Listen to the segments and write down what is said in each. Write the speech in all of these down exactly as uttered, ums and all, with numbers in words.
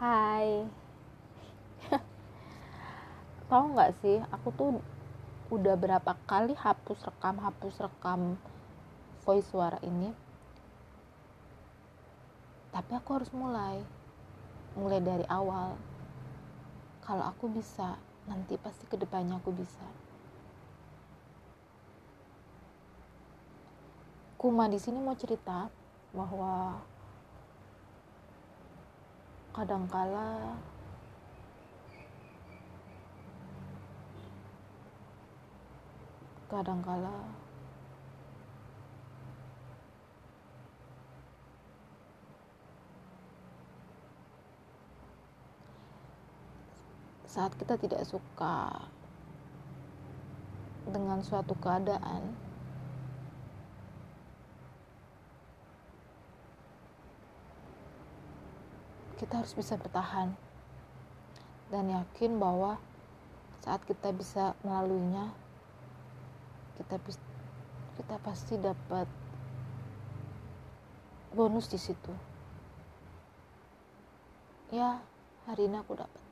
Hai, tahu nggak sih, aku tuh udah berapa kali hapus rekam, hapus rekam voice suara ini. Tapi aku harus mulai, mulai dari awal. Kalau aku bisa, nanti pasti kedepannya aku bisa. Kuma di sini mau cerita bahwa kadangkala kadangkala saat kita tidak suka dengan suatu keadaan, kita harus bisa bertahan dan yakin bahwa saat kita bisa melaluinya, kita kita pasti dapat bonus di situ. Ya, hari ini aku dapat.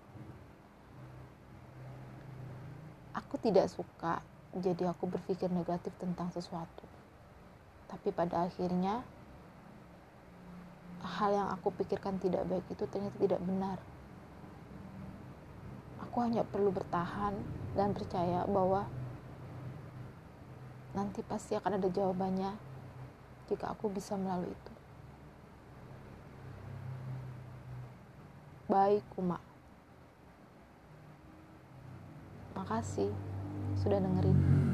Aku tidak suka, jadi aku berpikir negatif tentang sesuatu. Tapi pada akhirnya, hal yang aku pikirkan tidak baik itu ternyata tidak benar. Aku hanya perlu bertahan dan percaya bahwa nanti pasti akan ada jawabannya jika aku bisa melalui itu. Baik, Uma. Makasih sudah dengerin.